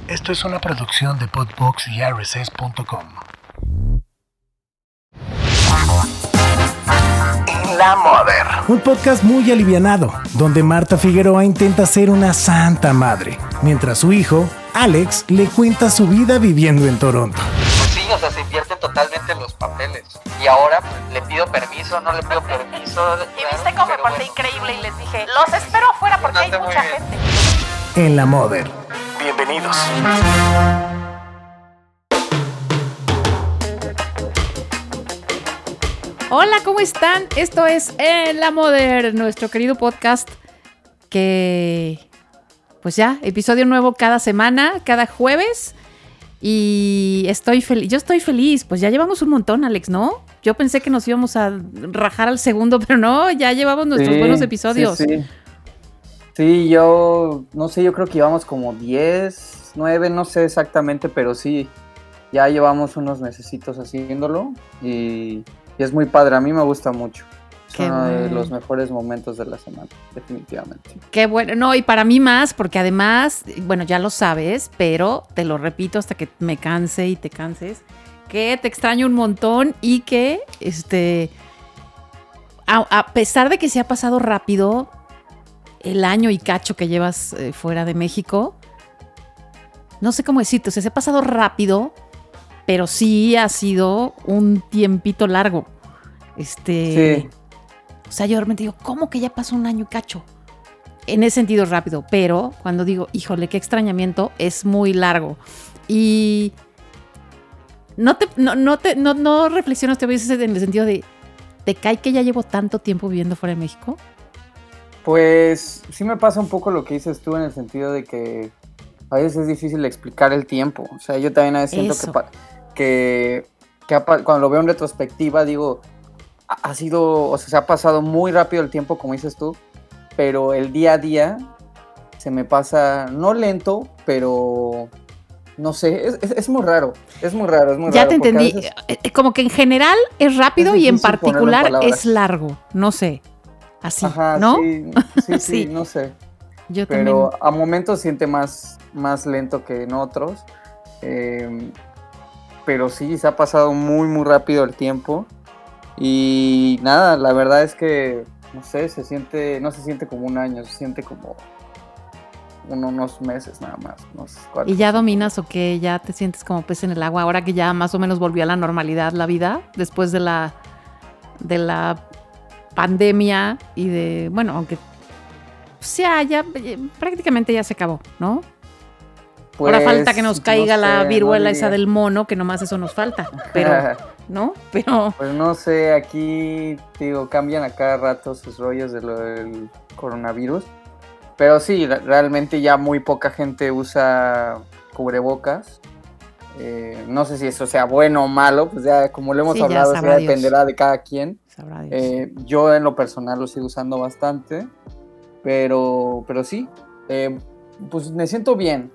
Esto es una producción de Podbox y RSS.com. La Mother. Un podcast muy alivianado, donde Marta Figueroa intenta ser una santa madre, mientras su hijo, Alex, le cuenta su vida viviendo en Toronto. Pues sí, o sea, se invierten totalmente los papeles. Y ahora le pido permiso, no le pido permiso. Y viste cómo me porté increíble y les dije, los espero afuera porque hay mucha gente. En La Mother. Bienvenidos. Hola, ¿cómo están? Esto es En La Mother, nuestro querido podcast que, pues ya, episodio nuevo cada semana, cada jueves. Y yo estoy feliz, pues ya llevamos un montón, Alex, ¿no? Yo pensé que nos íbamos a rajar al segundo, pero no, ya llevamos nuestros buenos episodios. Sí, yo no sé, yo creo que llevamos como 10, 9, no sé exactamente, pero sí, ya llevamos unos mesecitos haciéndolo y es muy padre, a mí me gusta mucho. Es uno de los mejores momentos de la semana, definitivamente. Qué bueno, no, y para mí más, porque además, bueno, ya lo sabes, pero te lo repito hasta que me canse y te canses, que te extraño un montón y que, a pesar de que se ha pasado rápido el año y cacho que llevas fuera de México, no sé cómo decirte, o sea, se ha pasado rápido, pero sí ha sido un tiempito largo. Sí. O sea, yo de repente digo, ¿cómo que ya pasó un año y cacho? En ese sentido rápido, pero cuando digo, híjole, qué extrañamiento, es muy largo. Y no reflexionas a veces en el sentido de, ¿te cae que ya llevo tanto tiempo viviendo fuera de México? Pues sí me pasa un poco lo que dices tú en el sentido de que a veces es difícil explicar el tiempo. O sea, yo también a veces siento que cuando lo veo en retrospectiva digo, ha sido, o sea, se ha pasado muy rápido el tiempo, como dices tú, pero el día a día se me pasa, no lento, pero no sé, es muy raro, es muy raro. Ya te entendí, como que en general es rápido y en particular es largo, no sé, así, ajá, ¿no? Sí, no sé. Yo pero también. A momentos siente más lento que en otros, pero sí, se ha pasado muy, muy rápido el tiempo. Y nada, la verdad es que, no sé, no se siente como un año, se siente como unos meses nada más. ¿Y ya dominas o qué? ¿Ya te sientes como pez en el agua ahora que ya más o menos volvió a la normalidad la vida después de la pandemia y de, bueno, aunque ya prácticamente ya se acabó, ¿no? Pues, ahora falta que nos caiga no sé, la viruela no esa del mono, que nomás eso nos falta, pero, ¿no? Pero... Pues no sé, aquí, digo, cambian a cada rato sus rollos de lo del coronavirus, pero sí, realmente ya muy poca gente usa cubrebocas. No sé si eso sea bueno o malo, pues ya como lo hemos hablado, ya dependerá de cada quien. Yo en lo personal lo sigo usando bastante, pero sí, pues me siento bien.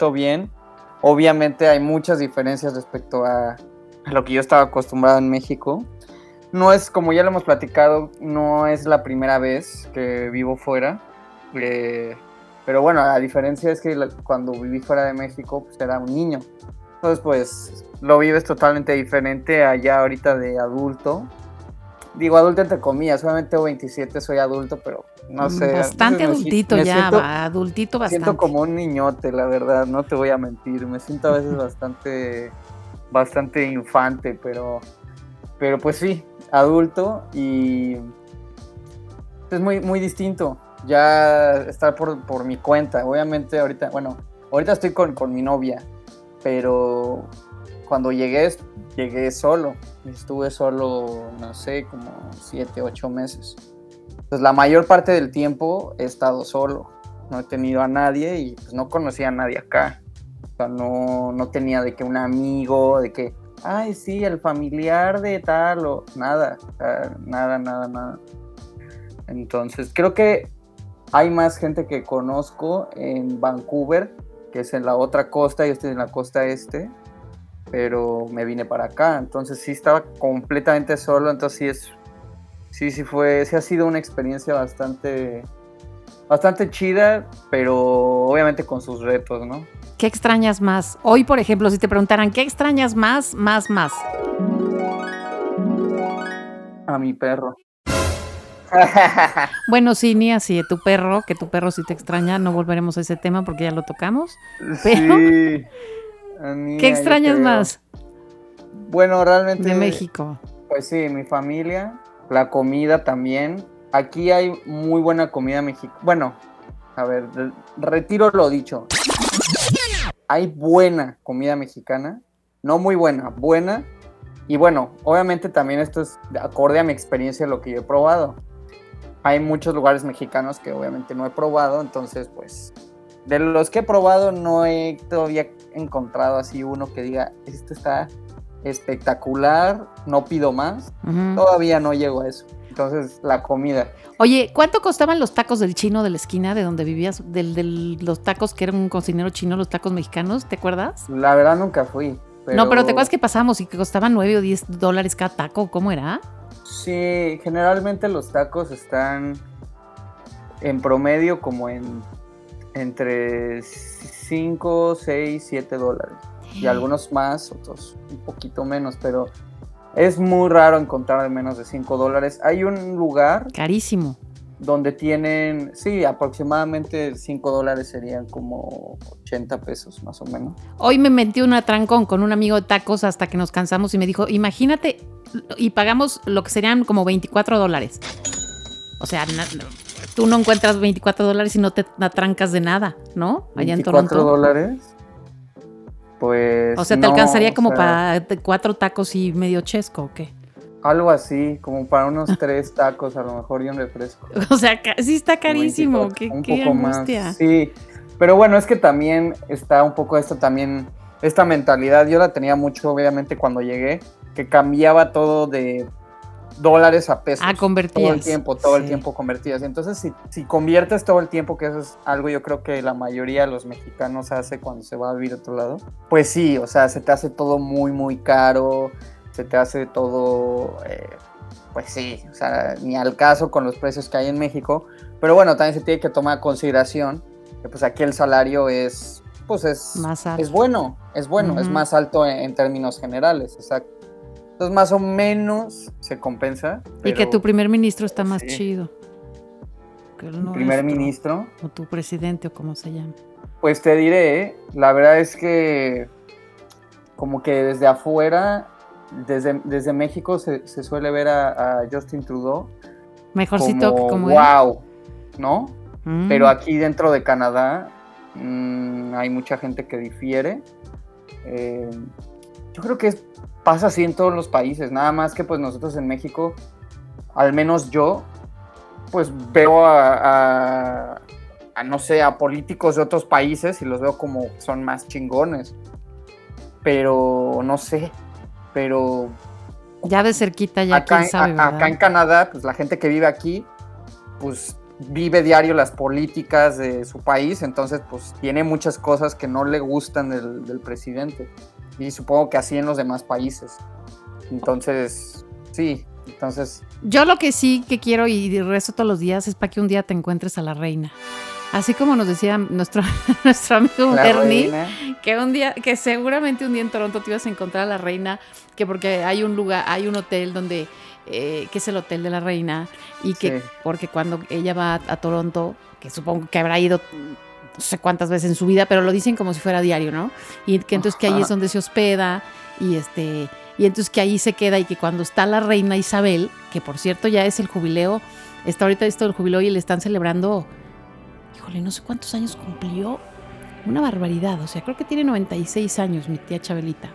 Obviamente hay muchas diferencias respecto a lo que yo estaba acostumbrado en México. No es, como ya lo hemos platicado, no es la primera vez que vivo fuera. Pero bueno, la diferencia es que cuando viví fuera de México, pues era un niño. Entonces, pues, lo vives totalmente diferente allá ahorita de adulto. Digo, adulto entre comillas, solamente tengo 27, soy adulto, pero no sé. Bastante adultito adultito bastante. Siento como un niñote, la verdad, no te voy a mentir. Me siento a veces bastante infante, pero pues sí, adulto y es muy, muy distinto ya estar por mi cuenta. Obviamente ahorita estoy con mi novia, pero cuando llegué solo, estuve solo, no sé, como 7, 8 meses. Entonces la mayor parte del tiempo he estado solo, no he tenido a nadie y pues no conocía a nadie acá. O sea, no tenía de que un amigo, de que, ay, sí, el familiar de tal o nada, nada. Entonces creo que hay más gente que conozco en Vancouver, que es en la otra costa, yo estoy en la costa este, pero me vine para acá, entonces sí estaba completamente solo, entonces sí ha sido una experiencia bastante bastante chida, pero obviamente con sus retos, ¿no? ¿Qué extrañas más? Hoy, por ejemplo, si te preguntaran, ¿qué extrañas más? A mi perro. Bueno, sí, ni así, tu perro, que tu perro sí te extraña, no volveremos a ese tema porque ya lo tocamos. Pero, Sí. ¿qué extrañas más Bueno, realmente... de México? Pues sí, mi familia, la comida también. Aquí hay muy buena comida mexicana. Bueno, a ver, retiro lo dicho. Hay buena comida mexicana, no muy buena, buena. Y bueno, obviamente también esto es acorde a mi experiencia, lo que yo he probado. Hay muchos lugares mexicanos que obviamente no he probado, entonces pues de los que he probado no he todavía encontrado así uno que diga, este está espectacular, no pido más. Uh-huh. Todavía no llego a eso. Entonces, la comida. Oye, ¿cuánto costaban los tacos del chino de la esquina de donde vivías? Los tacos que era un cocinero chino, los tacos mexicanos, ¿te acuerdas? La verdad nunca fui. No, pero ¿te acuerdas que pasamos y que costaban $9 o $10 cada taco? ¿Cómo era? Sí, generalmente los tacos están en promedio como entre 5, 6, 7 dólares. Y algunos más, otros un poquito menos, pero es muy raro encontrar de menos de 5 dólares. Hay un lugar... Carísimo. Donde tienen, sí, aproximadamente 5 dólares serían como 80 pesos más o menos. Hoy me metí un atrancón con un amigo de tacos hasta que nos cansamos y me dijo, imagínate, y pagamos lo que serían como 24 dólares. O sea, tú no encuentras 24 dólares y no te atrancas de nada, ¿no? Allá en Toronto. ¿24 dólares? Pues o sea, ¿te alcanzaría como para 4 tacos y medio chesco o qué? Algo así, como para unos 3 tacos a lo mejor y un refresco. O sea, sí está carísimo. Qué poco angustia. Más. Sí, pero bueno, es que también está un poco esta mentalidad. Yo la tenía mucho, obviamente, cuando llegué, que cambiaba todo de dólares a pesos. Convertías. Todo el tiempo convertías. Entonces, si conviertes todo el tiempo, que eso es algo yo creo que la mayoría de los mexicanos hace cuando se va a vivir a otro lado, pues sí, o sea, se te hace todo muy, muy caro. Se te hace todo, pues sí, o sea, ni al caso con los precios que hay en México, pero bueno, también se tiene que tomar en consideración que pues aquí el salario es más alto. Es bueno, uh-huh. Es más alto en términos generales, exacto. Entonces más o menos se compensa. Y que tu primer ministro está más chido que el primer ministro. O tu presidente, o como se llama. Pues te diré, la verdad es que como que desde afuera... Desde México se suele ver a Justin Trudeau mejorcito que como wow, ¿no? Pero aquí dentro de Canadá hay mucha gente que difiere. Yo creo que pasa así en todos los países, nada más que pues nosotros en México, al menos yo, pues veo a no sé, a políticos de otros países y los veo como son más chingones, pero no sé. Pero ya de cerquita ya acá, quién sabe, ¿verdad? Acá en Canadá, pues la gente que vive aquí, pues vive diario las políticas de su país, entonces pues tiene muchas cosas que no le gustan del presidente. Y supongo que así en los demás países. Entonces, sí, yo lo que sí que quiero y rezo todos los días es para que un día te encuentres a la reina. Así como nos decía nuestro amigo Bernie, que seguramente un día en Toronto te ibas a encontrar a la reina, que porque hay un lugar, hay un hotel donde, que es el hotel de la reina, y que porque cuando ella va a Toronto, que supongo que habrá ido no sé cuántas veces en su vida, pero lo dicen como si fuera diario, ¿no? Y que entonces que ahí es donde se hospeda, y entonces que ahí se queda, y que cuando está la reina Isabel, que por cierto ya es el jubileo, está ahorita esto del jubileo y le están celebrando... Híjole, no sé cuántos años cumplió. Una barbaridad. O sea, creo que tiene 96 años mi tía Chabelita.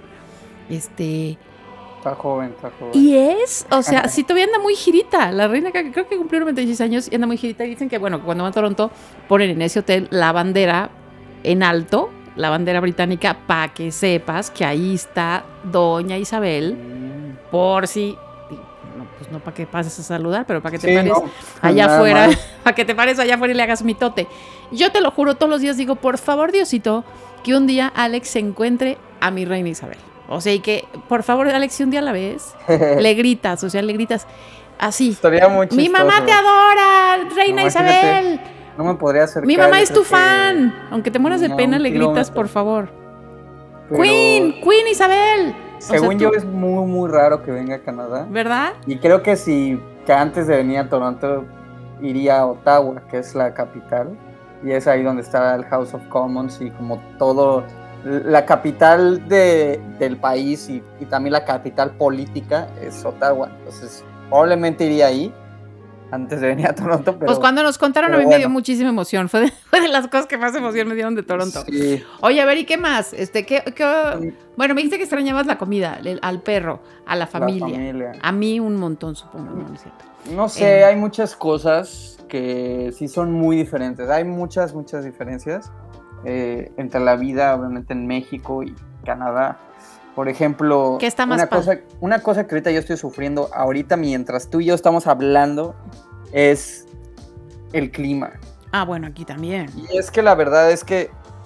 Está joven. Y o sea, sí todavía anda muy girita. La reina creo que cumplió 96 años y anda muy girita. Y dicen que, bueno, cuando van a Toronto ponen en ese hotel la bandera en alto, la bandera británica, para que sepas que ahí está Doña Isabel, por si... no para que pases a saludar, pero para que te pares allá afuera, para que te pares allá afuera y le hagas mitote. Yo te lo juro, todos los días digo, por favor, Diosito, que un día Alex se encuentre a mi reina Isabel. O sea, y que, por favor, Alex, si un día la ves, le gritas así. Estaría muy chistoso. Mi mamá te adora, reina Isabel. no me podría acercar. Mi mamá yo es creo tu fan. Aunque te mueras de ni a pena, un le gritas, kilómetro. por favor. Pero Queen Isabel. según tú- yo es muy, muy raro que venga a Canadá. ¿Verdad? Y creo que antes de venir a Toronto iría a Ottawa, que es la capital. Y es ahí donde está el House of Commons y como todo, la capital del país y también la capital política es Ottawa. Entonces probablemente iría ahí antes de venir a Toronto. Pero, Pues cuando nos contaron a pero mí me dio bueno. muchísima emoción. Fue de las cosas que más emoción me dieron de Toronto. Sí. Oye, a ver, ¿y qué más? Bueno, me dijiste que extrañabas la comida, al perro, a la familia. A mí un montón, supongo, ¿no? ¿No es cierto? No sé, hay muchas cosas que sí son muy diferentes. Hay muchas diferencias entre la vida, obviamente, en México y Canadá. Por ejemplo, ¿Qué está más una cosa que ahorita yo estoy sufriendo, ahorita mientras tú y yo estamos hablando, es el clima. Ah, bueno, aquí también. Y es que la verdad es que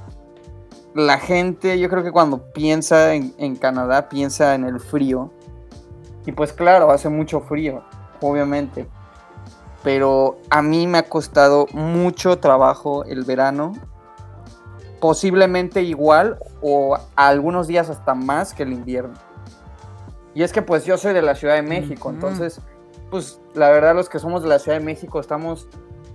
la gente, yo creo que cuando piensa en Canadá, piensa en el frío. Y pues claro, hace mucho frío, obviamente. Pero a mí me ha costado mucho trabajo el verano. Posiblemente igual o algunos días hasta más que el invierno. Y es que pues yo soy de la Ciudad de México, entonces pues la verdad los que somos de la Ciudad de México estamos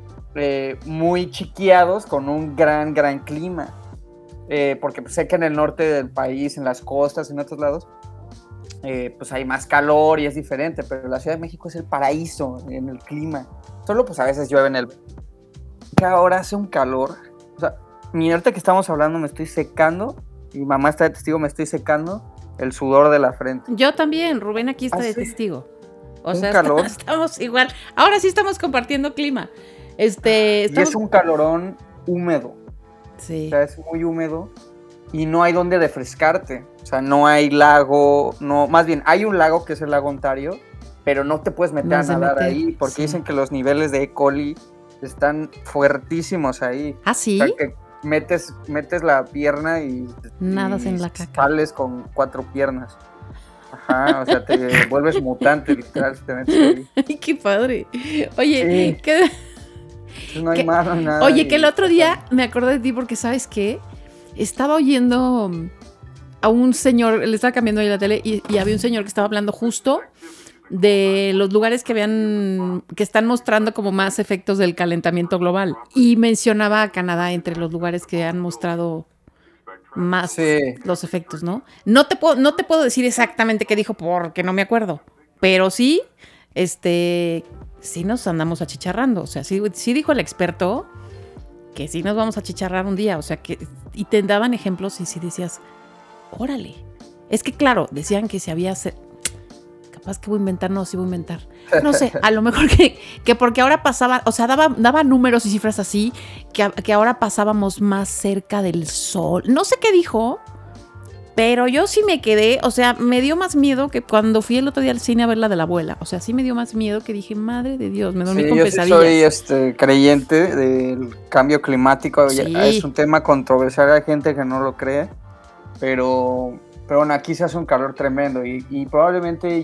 muy chiqueados con un gran clima. Porque pues, sé que en el norte del país, en las costas, en otros lados, pues hay más calor y es diferente, pero la Ciudad de México es el paraíso en el clima. Solo pues a veces llueve en el... Que ahora hace un calor. O sea, mira, ahorita que estamos hablando me estoy secando, mi mamá está de testigo, me estoy secando el sudor de la frente. Yo también, Rubén aquí está de ¿Sí? testigo. O Un sea, calor. estamos igual. Ahora sí estamos compartiendo clima. Y es un calorón húmedo. Sí. O sea, es muy húmedo y no hay donde refrescarte. O sea, no hay lago, no, más bien hay un lago que es el lago Ontario, pero no te puedes meter a nadar ahí porque dicen que los niveles de E. coli están fuertísimos ahí. ¿Ah, sí? O sea, que metes la pierna y nadas en la caca. Sales con 4 piernas. Ajá, o sea, te vuelves mutante, literal, si te metes ahí. Ay, qué padre. Oye, sí. No hay más, no hay nada. Oye, que el otro día me acordé de ti porque, ¿sabes qué? Estaba oyendo a un señor, le estaba cambiando ahí la tele y había un señor que estaba hablando justo de los lugares que están mostrando como más efectos del calentamiento global. Y mencionaba a Canadá entre los lugares que han mostrado más los efectos, ¿no? No te puedo decir exactamente qué dijo porque no me acuerdo, pero sí, sí nos andamos achicharrando. O sea, sí dijo el experto que sí nos vamos a achicharrar un día. O sea, y te daban ejemplos y sí decías, órale. Es que claro, decían que si había... Capaz que voy a inventar, no, sí voy a inventar. No sé, a lo mejor que porque ahora pasaba, o sea, daba números y cifras así, que ahora pasábamos más cerca del sol. No sé qué dijo, pero yo sí me quedé, o sea, me dio más miedo que cuando fui el otro día al cine a ver la de la abuela. O sea, sí me dio más miedo que dije, madre de Dios, me dormí con pesadillas. Yo soy creyente del cambio climático. Sí. Es un tema controversial, hay gente que no lo cree, pero bueno, aquí se hace un calor tremendo y probablemente...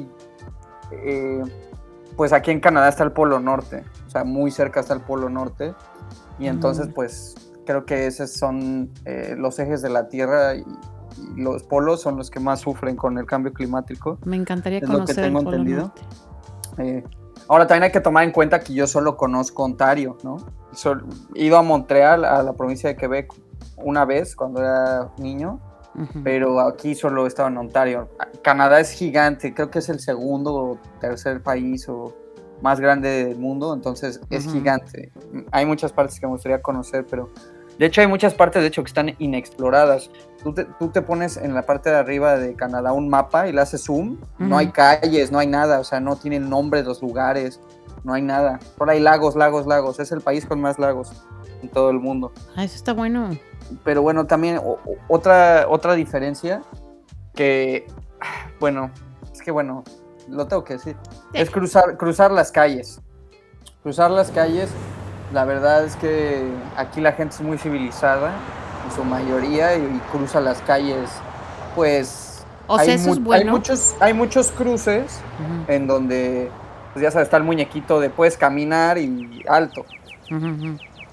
pues aquí en Canadá está el Polo Norte, o sea, muy cerca está el Polo Norte, y entonces pues creo que esos son los ejes de la Tierra y los polos son los que más sufren con el cambio climático. Me encantaría conocer el Polo Norte. Ahora también hay que tomar en cuenta que yo solo conozco Ontario, ¿no? He ido a Montreal, a la provincia de Quebec, una vez cuando era niño, pero aquí solo he estado en Ontario. Canadá es gigante, creo que es el segundo o tercer país o más grande del mundo, entonces es gigante. Hay muchas partes que me gustaría conocer, pero de hecho hay muchas partes que están inexploradas. Tú te pones en la parte de arriba de Canadá un mapa y le haces zoom, no hay calles, no hay nada, o sea, no tienen nombres los lugares, no hay nada. Solo hay lagos, es el país con más lagos en todo el mundo. Ah, eso está bueno. Pero bueno, también otra diferencia que, bueno, es que bueno, lo tengo que decir, es cruzar las calles. Cruzar las calles, la verdad es que aquí la gente es muy civilizada, en su mayoría, y cruza las calles, pues... O sea, eso es bueno. Hay muchos cruces en donde, pues ya sabes, está el muñequito de puedes caminar y alto.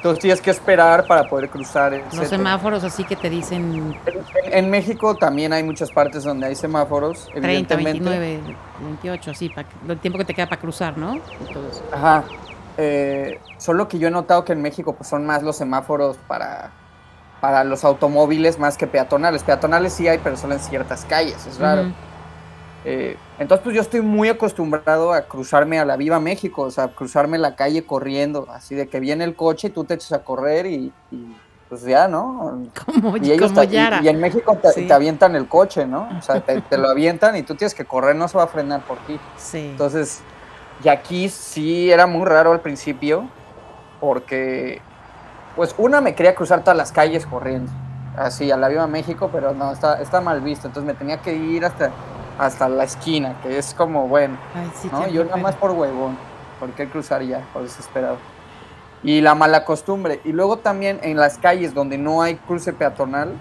Entonces tienes que esperar para poder cruzar, Los etcétera. semáforos así que te dicen En México también hay muchas partes donde hay semáforos, 30, evidentemente. 29, 28, así, el tiempo que te queda para cruzar, ¿no? Y todo eso. Ajá. Solo que yo he notado que en México pues, son más los semáforos para los automóviles más que peatonales. Peatonales sí hay, pero solo en ciertas calles, es raro. Ujú. Entonces, pues yo estoy muy acostumbrado a cruzarme a la Viva México, o sea, cruzarme la calle corriendo, así de que viene el coche y tú te echas a correr y pues ya, ¿no? Como, Y ellos como Yara. y en México Sí. te avientan el coche, ¿no? O sea, te lo avientan y tú tienes que correr, no se va a frenar por ti. Sí. Entonces, y aquí sí era muy raro al principio, porque, pues, me quería cruzar todas las calles corriendo, así, a la Viva México, pero no, está mal visto, entonces me tenía que ir hasta la esquina, que es como, bueno, Ay, sí, ¿no? qué Yo nada flojera. más por huevón, porque cruzar ya, por desesperado. Y la mala costumbre, y luego también en las calles donde no hay cruce peatonal,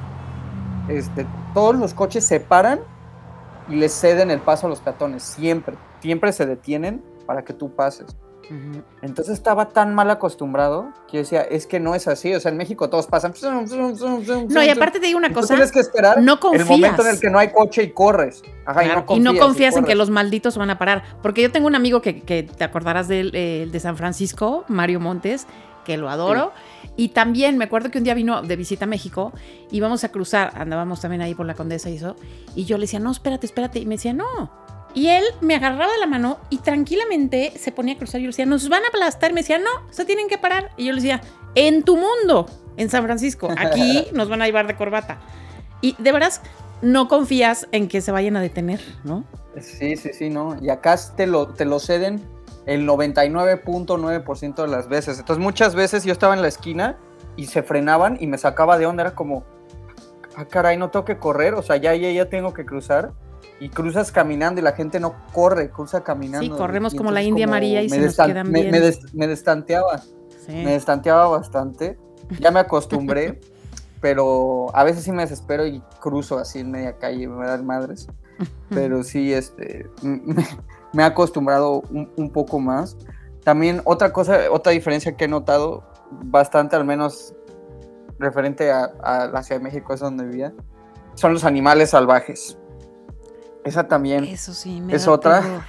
todos los coches se paran y les ceden el paso a los peatones, siempre se detienen para que tú pases. Ujú. Entonces estaba tan mal acostumbrado que yo decía, es que no es así, o sea, en México todos pasan. No, y aparte te digo una Y cosa, tú tienes que esperar no el confías. momento en el que no hay coche y corres. Ajá, Claro, y no confías en que corres. los malditos se van a parar. Porque yo tengo un amigo que te acordarás de él, el de San Francisco, Mario Montes, que lo adoro. Y también me acuerdo que un día vino de visita a México, íbamos a cruzar, andábamos también ahí por la Condesa y eso, y yo le decía, no, espérate. Y me decía, no. Y él me agarraba de la mano y tranquilamente se ponía a cruzar. Yo le decía, nos van a aplastar. Y me decía, no, se tienen que parar. Y yo le decía, en tu mundo, en San Francisco, aquí nos van a llevar de corbata. Y de veras, no confías en que se vayan a detener, ¿no? Sí, no. Y acá te lo ceden el 99.9% de las veces. Entonces muchas veces yo estaba en la esquina y se frenaban y me sacaba de onda. Era como, caray, no tengo que correr, o sea, ya tengo que cruzar. Y cruzas caminando y la gente no corre, cruza caminando. Sí, corremos y como la entonces India María y se nos quedan bien. Me destanteaba. Sí. Me destanteaba bastante. Ya me acostumbré, pero a veces sí me desespero y cruzo así en media calle, me dan madres. Pero sí, me he acostumbrado un poco más. También otra diferencia que he notado bastante, al menos referente a la Ciudad de México, es donde vivía, son los animales salvajes. Esa también Eso sí, me es da otra. terror.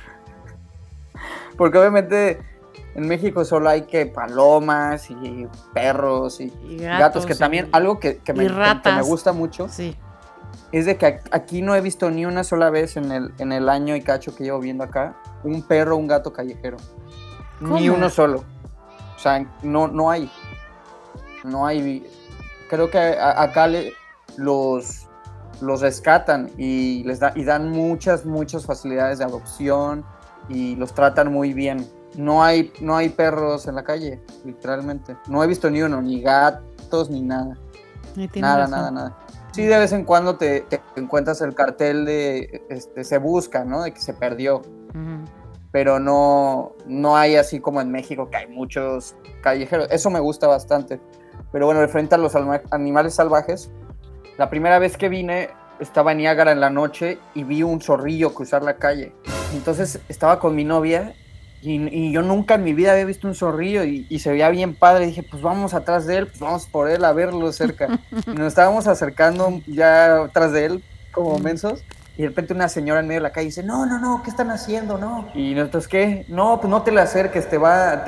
Porque obviamente en México solo hay que palomas y perros y gatos, que también algo que me gusta mucho Sí. es de que aquí no he visto ni una sola vez en el año y cacho que llevo viendo acá un perro o un gato callejero. ¿Cómo? Ni uno solo. O sea, no hay. No hay. Creo que acá los rescatan y dan muchas facilidades de adopción y los tratan muy bien. No hay perros en la calle, literalmente. No he visto ni uno, ni gatos, ni nada. Nada. Sí, de vez en cuando te encuentras el cartel de se busca, ¿no? De que se perdió. Uh-huh. Pero no hay así como en México, que hay muchos callejeros. Eso me gusta bastante. Pero bueno, referente a los animales salvajes, la primera vez que vine estaba en Niágara en la noche y vi un zorrillo cruzar la calle. Entonces estaba con mi novia y yo nunca en mi vida había visto un zorrillo y se veía bien padre. Y dije, pues vamos atrás de él, pues vamos por él a verlo cerca. Y nos estábamos acercando ya atrás de él como mensos. Y de repente una señora en medio de la calle dice, no, ¿qué están haciendo? No. Y nosotros, ¿qué? No, pues no te le acerques, te va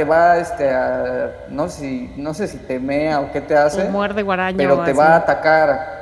no sé si te mea o qué te hace. O muerde guaraña. Pero te va a atacar.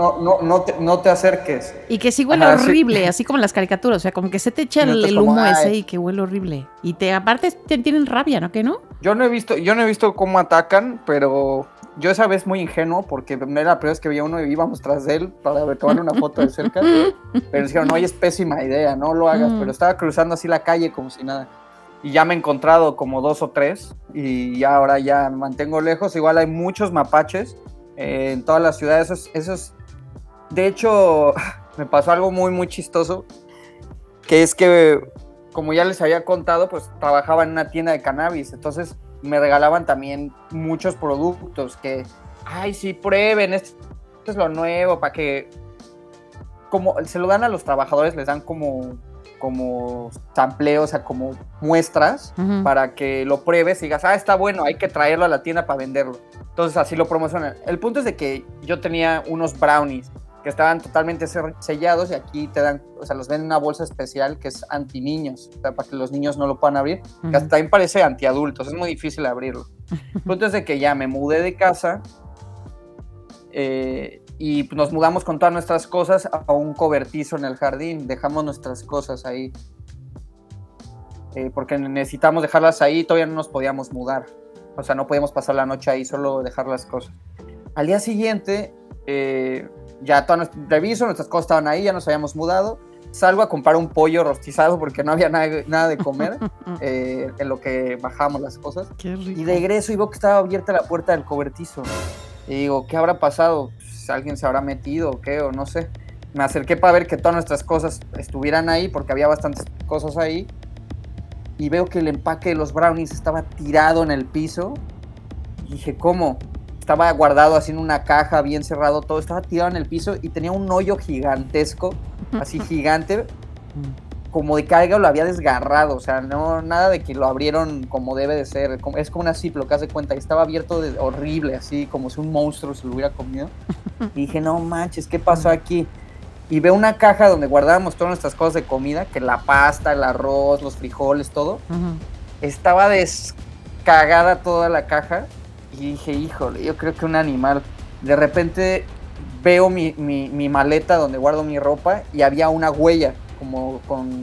No te acerques. Y que sí huele horrible, así como en las caricaturas. O sea, como que se te echa el humo ese y que huele horrible. Y aparte tienen rabia, ¿no? ¿Qué no? Yo no he visto cómo atacan, pero yo esa vez muy ingenuo, porque era la primera vez que veía uno y íbamos tras de él para tomarle una foto de cerca. Pero dijeron, no, es pésima idea, no lo hagas. Pero estaba cruzando así la calle como si nada. Y ya me he encontrado como 2 o 3 y ya ahora ya me mantengo lejos. Igual hay muchos mapaches en todas las ciudades. Esos. De hecho, me pasó algo muy, muy chistoso, que es que, como ya les había contado, pues trabajaba en una tienda de cannabis. Entonces me regalaban también muchos productos que, ay, sí, prueben, esto es lo nuevo, para que, como se lo dan a los trabajadores, les dan como como sampleos, o sea, como muestras para que lo pruebes y digas, está bueno, hay que traerlo a la tienda para venderlo. Entonces así lo promocionan. El punto es de que yo tenía unos brownies que estaban totalmente sellados y aquí te dan, o sea, los venden en una bolsa especial que es anti niños, o sea, para que los niños no lo puedan abrir, que hasta también parece anti adultos, es muy difícil abrirlo. El punto es de que ya me mudé de casa y nos mudamos con todas nuestras cosas a un cobertizo en el jardín, dejamos nuestras cosas ahí, porque necesitamos dejarlas ahí, todavía no nos podíamos mudar, o sea, no podíamos pasar la noche ahí, solo dejar las cosas. Al día siguiente, ya reviso, nuestras cosas estaban ahí, ya nos habíamos mudado, salgo a comprar un pollo rostizado porque no había nada de comer en lo que bajamos las cosas. Qué rico. Y regreso y veo que estaba abierta la puerta del cobertizo y digo, ¿qué habrá pasado? Pues, ¿alguien se habrá metido o qué? O no sé. Me acerqué para ver que todas nuestras cosas estuvieran ahí porque había bastantes cosas ahí y veo que el empaque de los brownies estaba tirado en el piso y dije, ¿cómo? Estaba guardado así en una caja, bien cerrado todo, estaba tirado en el piso y tenía un hoyo gigantesco, así gigante, como de que algo lo había desgarrado, o sea, no, nada de que lo abrieron como debe de ser, es como una Ziploc, haz de cuenta, y estaba abierto horrible, así como si un monstruo se lo hubiera comido. Y dije, no manches, ¿qué pasó aquí? Y veo una caja donde guardábamos todas nuestras cosas de comida, que la pasta, el arroz, los frijoles, todo, estaba descagada toda la caja. Y dije, híjole, yo creo que un animal. De repente veo mi maleta donde guardo mi ropa y había una huella, como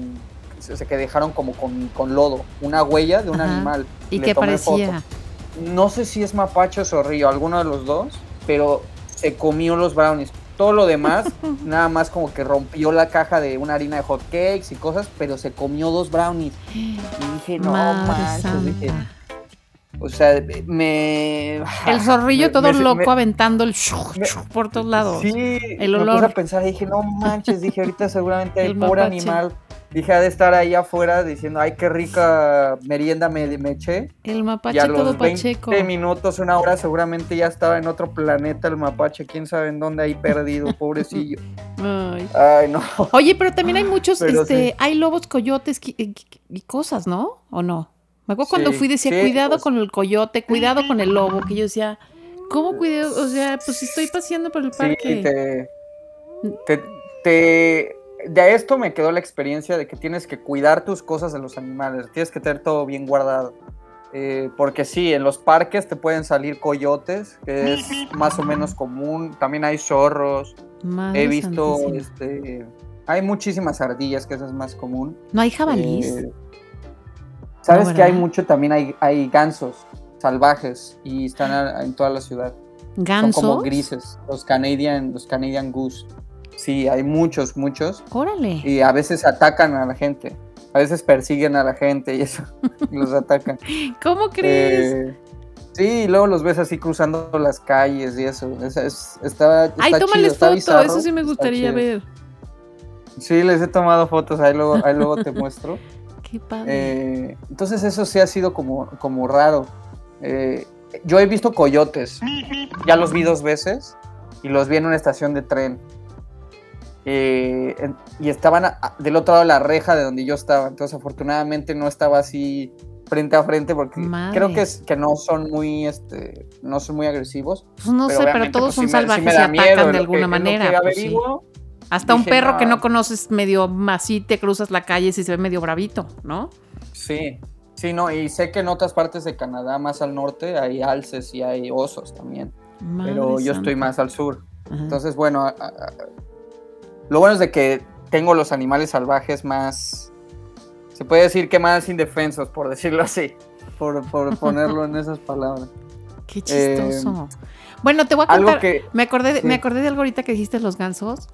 que dejaron como con lodo, una huella de un animal. ¿Y qué parecía? Foto. No sé si es mapache o zorrillo, alguno de los dos, pero se comió los brownies. Todo lo demás, nada más como que rompió la caja de una harina de hot cakes y cosas, pero se comió 2 brownies. Y dije, no manches, dije... O sea, el zorrillo todo loco aventando el por todos lados. Sí, el olor. Me puse a pensar, dije, no manches, dije, ahorita seguramente el pobre animal, dije, ha de estar ahí afuera diciendo, ay, qué rica merienda me eché. El mapache y a todo los 20 pacheco. minutos, una hora, seguramente ya estaba en otro planeta el mapache, quién sabe en dónde ahí perdido, pobrecillo. Ay, no. Oye, pero también hay muchos, sí. hay lobos, coyotes y cosas, ¿no? ¿O no? Me acuerdo cuando fui, decía, cuidado pues, con el coyote, cuidado con el lobo, que yo decía, ¿cómo cuidado? O sea, pues si estoy paseando por el parque. De esto me quedó la experiencia de que tienes que cuidar tus cosas de los animales, tienes que tener todo bien guardado. Porque sí, en los parques te pueden salir coyotes, que es más o menos común, también hay zorros, he visto, hay muchísimas ardillas, que eso es más común. ¿No hay jabalís? ¿Sabes que hay mucho? También hay gansos salvajes y están en toda la ciudad. ¿Gansos? Son como grises, los Canadian Goose. Sí, hay muchos. ¡Órale! Y a veces atacan a la gente, a veces persiguen a la gente y eso, y los atacan. ¿Cómo crees? Sí, y luego los ves así cruzando las calles y eso. Ay, tómales foto, eso sí me gustaría ver. Sí, les he tomado fotos, ahí luego te muestro. Qué padre. Entonces eso sí ha sido como raro. Yo he visto coyotes, ya los vi 2 veces y los vi en una estación de tren. Y estaban del otro lado de la reja de donde yo estaba, entonces afortunadamente no estaba así frente a frente porque creo que no son muy agresivos. Pues no sé, pero todos pues son salvajes y atacan de alguna manera. Pues sí. Hasta un perro que no conoces medio así te cruzas la calle si se ve medio bravito, ¿no? Sí, no, y sé que en otras partes de Canadá, más al norte, hay alces y hay osos también. Pero yo estoy más al sur. Ajá. Entonces, bueno, lo bueno es de que tengo los animales salvajes más, se puede decir que más indefensos, por decirlo así, por ponerlo en esas palabras. Qué chistoso. Bueno, te voy a contar, me acordé de algo ahorita que dijiste los gansos.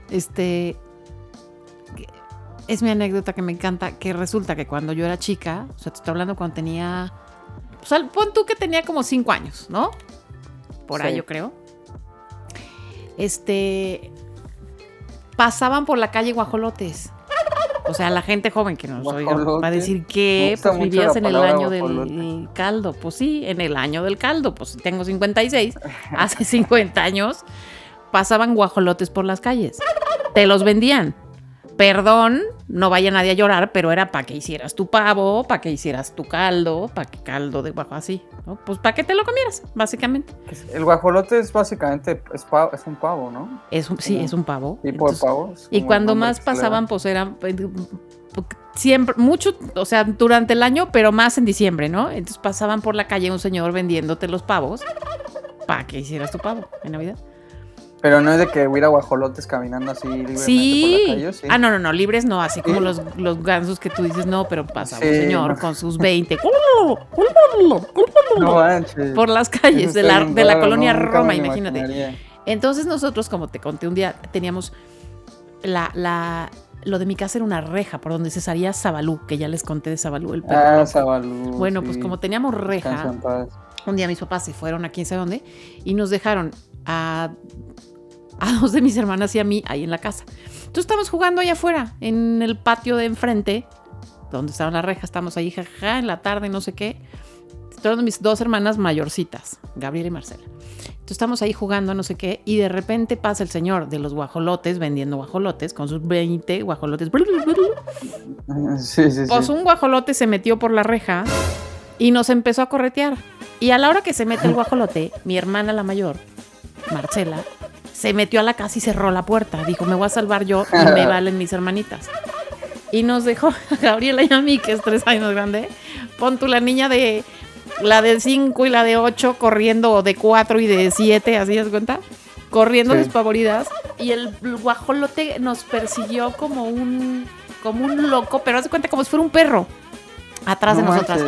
Es mi anécdota que me encanta, que resulta que cuando yo era chica, o sea, te estoy hablando cuando tenía, o sea, pon tú que tenía como 5 años, ¿no? Por ahí yo creo. Pasaban por la calle guajolotes. O sea, la gente joven que nos oiga va a decir que pues vivías en el año del caldo. Pues sí, en el año del caldo. Pues tengo 56. Hace 50 años pasaban guajolotes por las calles. Te los vendían. perdón, no vaya nadie a llorar, pero era para que hicieras tu pavo, para que hicieras tu caldo, para que caldo de guajo así, ¿no? Pues para que te lo comieras, básicamente. El guajolote es básicamente es un pavo, ¿no? Sí, es un pavo. Tipo de pavo. Y cuando más pasaban, pues eran siempre, mucho, o sea, durante el año, pero más en diciembre, ¿no? Entonces pasaban por la calle un señor vendiéndote los pavos para que hicieras tu pavo en Navidad. Pero no es de que hubiera guajolotes caminando así libremente por la calle, ¿sí? Ah, no, libres no, así como los gansos que tú dices, no, pero pasaba un señor con sus 20 no manches. por las calles de la colonia Roma, imagínate. Imaginaría. Entonces nosotros, como te conté un día, teníamos lo de mi casa era una reja por donde se salía Zabalú, que ya les conté de Zabalú, el perro loco. Zabalú. Bueno, sí. pues como teníamos reja, un día mis papás se fueron a quién sabe dónde y nos dejaron a dos de mis hermanas y a mí ahí en la casa. Entonces estamos jugando allá afuera, en el patio de enfrente, donde estaban las rejas, estamos ahí, jajaja, en la tarde, no sé qué. Todas mis 2 hermanas mayorcitas, Gabriela y Marcela. Entonces estamos ahí jugando, no sé qué, y de repente pasa el señor de los guajolotes, vendiendo guajolotes, con sus 20 guajolotes. Sí. Pues un guajolote se metió por la reja y nos empezó a corretear. Y a la hora que se mete el guajolote, mi hermana la mayor, Marcela, se metió a la casa y cerró la puerta. Dijo, me voy a salvar yo y me valen mis hermanitas. Y nos dejó a Gabriela y a mí, que es 3 años grande. Pon tú la niña de 5 y la de 8 corriendo, o de 4 y de 7, así das cuenta, corriendo despavoridas. Y el guajolote nos persiguió como un loco, pero haz de cuenta como si fuera un perro atrás de nosotras.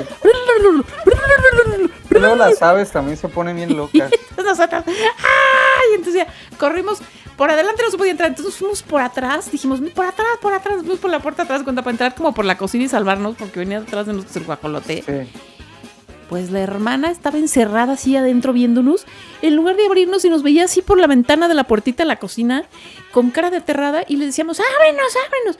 Y luego las aves también se ponen bien locas. Nosotras, ¡ay! Entonces ya corrimos. Por adelante no se podía entrar, entonces fuimos por atrás, dijimos, por atrás, nos fuimos por la puerta atrás, para entrar como por la cocina y salvarnos, porque venía detrás de nosotros el guajolote. Sí. Pues la hermana estaba encerrada así adentro viéndonos, en lugar de abrirnos y nos veía así por la ventana de la puertita de la cocina, con cara de aterrada, y le decíamos, ábrenos,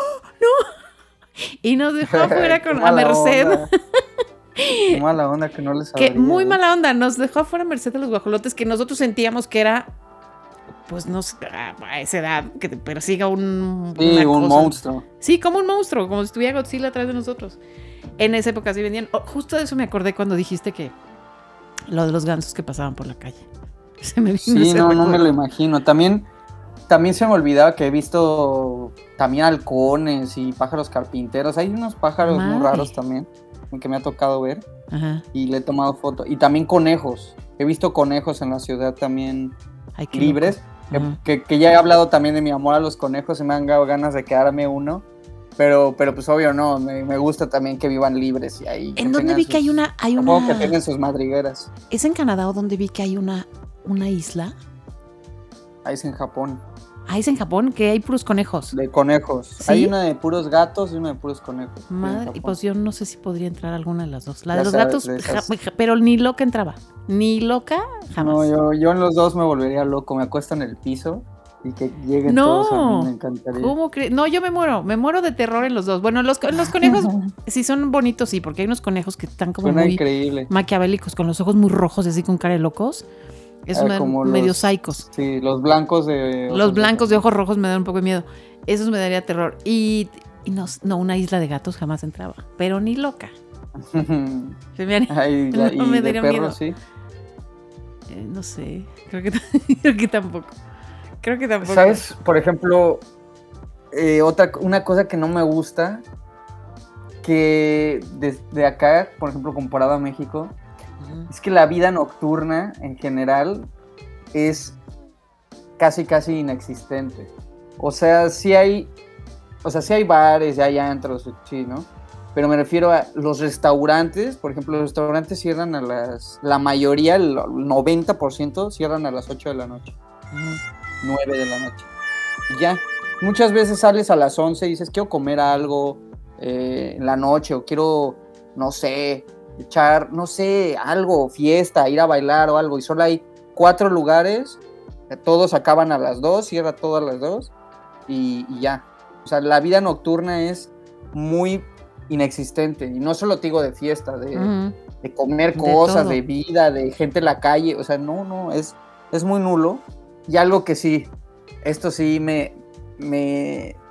no. Y nos dejó afuera con a merced. Qué mala onda que no les abría. Muy mala onda, nos dejó afuera a merced de los guajolotes, que nosotros sentíamos que era, pues no sé, a esa edad, que te persiga un monstruo. Sí, como un monstruo, como si estuviera Godzilla atrás de nosotros. En esa época sí vendían. Justo de eso me acordé cuando dijiste que lo de los gansos que pasaban por la calle. Se me vino sí, no me lo imagino. También se me olvidaba que he visto también halcones y pájaros carpinteros. Hay unos pájaros muy raros también que me ha tocado ver. Ajá. Y le he tomado foto. Y también conejos. He visto conejos en la ciudad también. Ay, libres. Que ya he hablado también de mi amor a los conejos y me han dado ganas de quedarme uno. Pero pues obvio no, me gusta también que vivan libres y ahí. ¿En dónde vi que hay una? Supongo que tienen sus madrigueras. ¿Es en Canadá o donde vi que hay una isla? Ahí es en Japón. Ah, es en Japón, que hay puros conejos. De conejos. ¿Sí? Hay una de puros gatos y una de puros conejos. Madre, y pues yo no sé si podría entrar alguna de las dos. La de los gatos, pero ni loca entraba. Ni loca, jamás. No, yo en los dos me volvería loco. Me acuesto en el piso y que lleguen todos a mí, me encantaría. ¿Cómo crees? No, yo me muero de terror en los dos. Bueno, los conejos sí son bonitos, sí, porque hay unos conejos que están como muy increíble. Maquiavélicos, con los ojos muy rojos, así con cara de locos. Es medio psicos. Sí, los blancos de ojos. Los blancos de ojos rojos me dan un poco de miedo. Esos me daría terror. Y no, una isla de gatos jamás entraba. Pero ni loca. Se me haría, no me daría miedo. Sí. No sé. Creo que tampoco. ¿Sabes? Por ejemplo, una cosa que no me gusta, que desde acá, por ejemplo, comparado a México, es que la vida nocturna en general es casi inexistente. O sea, sí hay bares, hay antros, sí, ¿no? Pero me refiero a los restaurantes. Por ejemplo, los restaurantes cierran la mayoría, el 90% cierran a las 8 de la noche. 9 de la noche. Y ya, muchas veces sales a las 11 y dices, quiero comer algo en la noche, o quiero, no sé, echar, no sé, algo, fiesta, ir a bailar o algo, y solo hay 4 lugares, todos acaban a las 2, cierra todo a las 2, y ya. O sea, la vida nocturna es muy inexistente, y no solo te digo de fiesta, de comer cosas, de vida, de gente en la calle, o sea, no, es muy nulo. Y algo que sí, esto sí me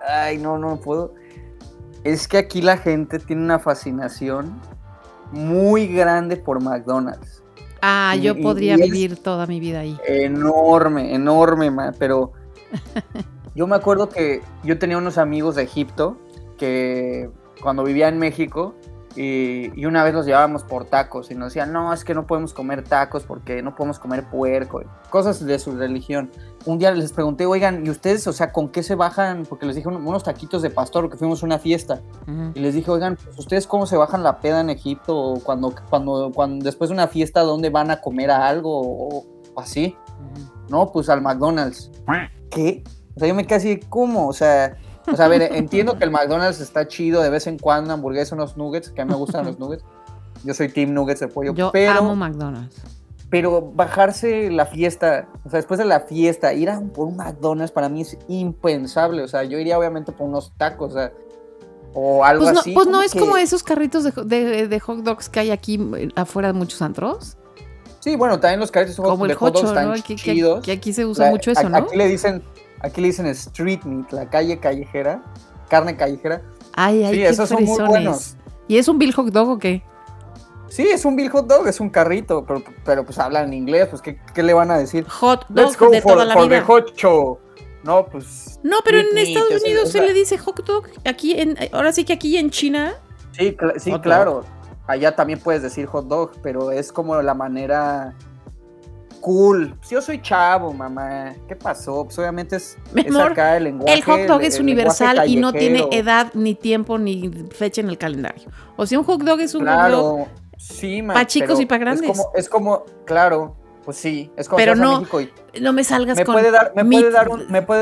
Ay, no puedo. Es que aquí la gente tiene una fascinación muy grande por McDonald's. Yo podría vivir toda mi vida ahí. Enorme, pero yo me acuerdo que yo tenía unos amigos de Egipto que cuando vivía en México y una vez los llevábamos por tacos y nos decían, no, es que no podemos comer tacos porque no podemos comer puerco, cosas de su religión. Un día les pregunté, oigan, ¿y ustedes, o sea, con qué se bajan? Porque les dije unos taquitos de pastor, porque fuimos a una fiesta. Uh-huh. Y les dije, oigan, pues, ¿ustedes cómo se bajan la peda en Egipto? O cuando después de una fiesta, ¿dónde van a comer a algo? O así. Uh-huh. No, pues al McDonald's. ¿Qué? O sea, yo me quedé así, ¿cómo? O sea, a ver, entiendo que el McDonald's está chido de vez en cuando, una hamburguesa, unos nuggets, que a mí me gustan los nuggets. Yo soy team nuggets de pollo. Yo amo McDonald's. Pero bajarse la fiesta, o sea, después de la fiesta, ir por un McDonald's para mí es impensable. O sea, yo iría obviamente por unos tacos, o algo pues no, así. Pues no es como esos carritos de hot dogs que hay aquí afuera de muchos antros. Sí, bueno, también los carritos como de hot dogs están chidos. Que aquí se usa mucho eso, ¿no? Aquí le dicen street meat, la calle callejera, carne callejera. Ay, sí, esos son muy buenos. ¿Y es un Bill Hot Dog o qué? Sí, es un Bill Hot Dog, es un carrito, pero pues hablan en inglés, pues ¿qué le van a decir? Hot Dog de toda la vida. The hot show. No, pues... No, pero en Estados Unidos se le dice hot dog. Ahora sí que aquí en China... Sí, claro. Allá también puedes decir hot dog, pero es como la manera cool. Si yo soy chavo, mamá, ¿qué pasó? Pues obviamente es acá el lenguaje. El hot dog es universal y no tiene edad, ni tiempo, ni fecha en el calendario. O sea, un hot dog es un hot dog... Sí, para chicos y para grandes. Es como, claro, pues sí, es como. Pero no, no me salgas me con. Me puede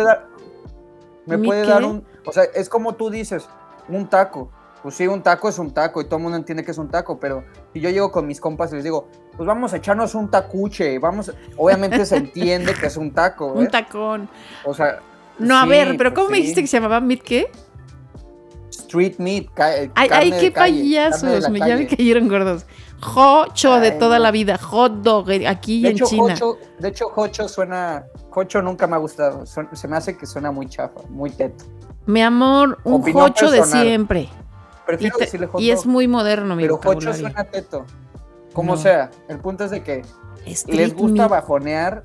dar un, o sea, es como tú dices, un taco. Pues sí, un taco es un taco y todo el mundo entiende que es un taco, pero si yo llego con mis compas y les digo, pues vamos a echarnos un tacuche, obviamente se entiende que es un taco. Un tacón. O sea. No, sí, a ver, pero ¿cómo me dijiste que se llamaba meat qué? Street meat, ay, qué payasos, ya me cayeron gordos. Jocho de toda la vida, hot dog, aquí en China. De hecho, Jocho nunca me ha gustado, se me hace que suena muy chafa, muy teto. Mi amor, un Jocho de siempre. Prefiero decirle hot dog. Y es muy moderno, mi vocabulario. Pero Jocho suena teto, como sea, el punto es de que les gusta bajonear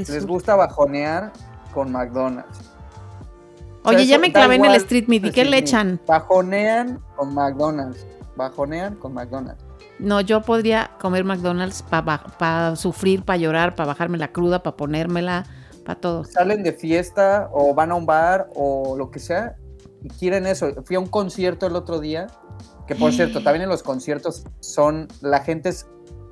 con McDonald's. Oye, o sea, ya me clavé en el street meat. ¿Y qué le echan? Bajonean con McDonald's. No, yo podría comer McDonald's para sufrir, para llorar, para bajarme la cruda, para ponérmela, para todo. Salen de fiesta o van a un bar o lo que sea y quieren eso. Fui a un concierto el otro día, que por cierto, también en los conciertos la gente es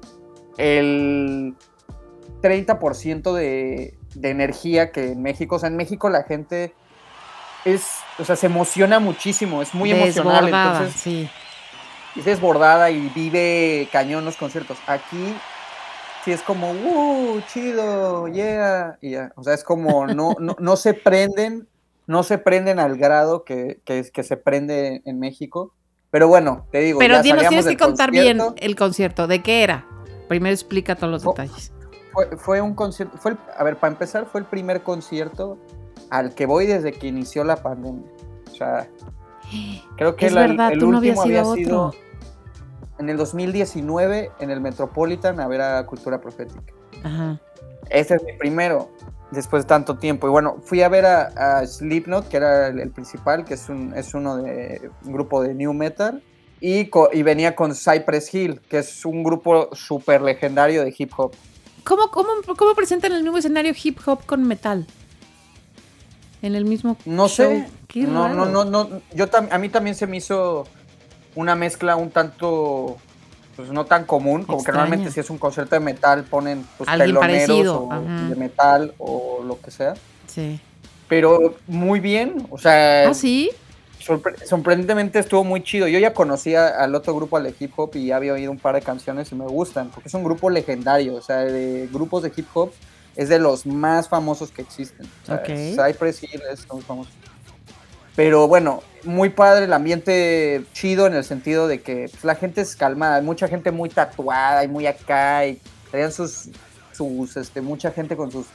el 30% de energía que en México. O sea, en México la gente... se emociona muchísimo, es muy emocional, entonces sí. Es desbordada y vive cañón los conciertos. Aquí sí es como, chido, yeah, y ya. O sea, es como no se prenden al grado que se prende en México. Pero bueno, te digo. Pero nos tienes que contar bien el concierto, ¿de qué era? Primero explica todos los detalles. Fue un concierto, a ver, para empezar, fue el primer concierto al que voy desde que inició la pandemia. O sea, creo que es verdad, el tú no último había había sido otro. En el 2019 en el Metropolitan a ver a Cultura Profética. Ajá. Ese es mi primero, después de tanto tiempo. Y bueno, fui a ver a Slipknot, que era el principal, que es uno de un grupo de new metal, y venía con Cypress Hill, que es un grupo súper legendario de hip hop. ¿Cómo presentan el mismo escenario hip hop con metal? En el mismo no show. Sé. Qué raro. No. A mí también se me hizo una mezcla un tanto, pues no tan común, como que normalmente si es un concierto de metal ponen pues, teloneros de metal o lo que sea. Sí. Pero muy bien, o sea. ¿Ah, sí? Sorprendentemente estuvo muy chido. Yo ya conocía al otro grupo, al de hip hop, y ya había oído un par de canciones y me gustan, porque es un grupo legendario, o sea, de grupos de hip hop es de los más famosos que existen. O sea, Cypress Hill es muy famoso. Pero bueno, muy padre, el ambiente chido en el sentido de que pues, la gente es calmada, hay mucha gente muy tatuada y muy acá, y traían mucha gente con sus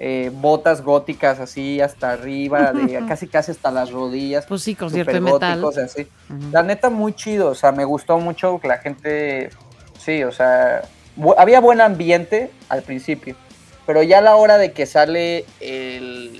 botas góticas así hasta arriba, casi hasta las rodillas. Pues sí, concierto de metal. Así. La neta, muy chido, o sea, me gustó mucho que la gente, sí, o sea, había buen ambiente al principio, pero ya a la hora de que sale el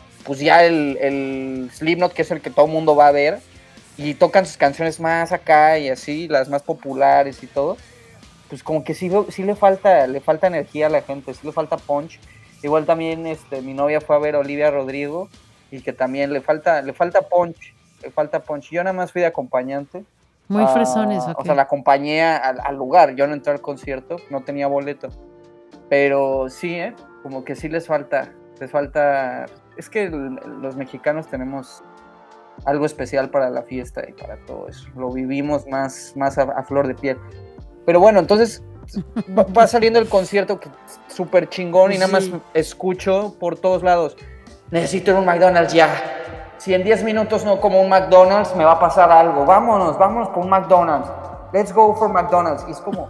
Slipknot, que es el que todo el mundo va a ver, y tocan sus canciones más acá y así, las más populares y todo, pues como que sí le falta energía a la gente, sí le falta punch. Igual también mi novia fue a ver a Olivia Rodrigo y que también le falta punch. Yo nada más fui de acompañante. Muy fresones, ¿ok? O sea, la acompañé al lugar, yo no entré al concierto, no tenía boleto. Pero sí, como que sí les falta. Es que los mexicanos tenemos algo especial para la fiesta y para todo eso. Lo vivimos más a flor de piel. Pero bueno, entonces va saliendo el concierto que súper chingón y nada más escucho por todos lados: necesito ir a un McDonald's ya. Si en 10 minutos no como un McDonald's, me va a pasar algo. Vámonos por un McDonald's. Let's go for McDonald's. Y es como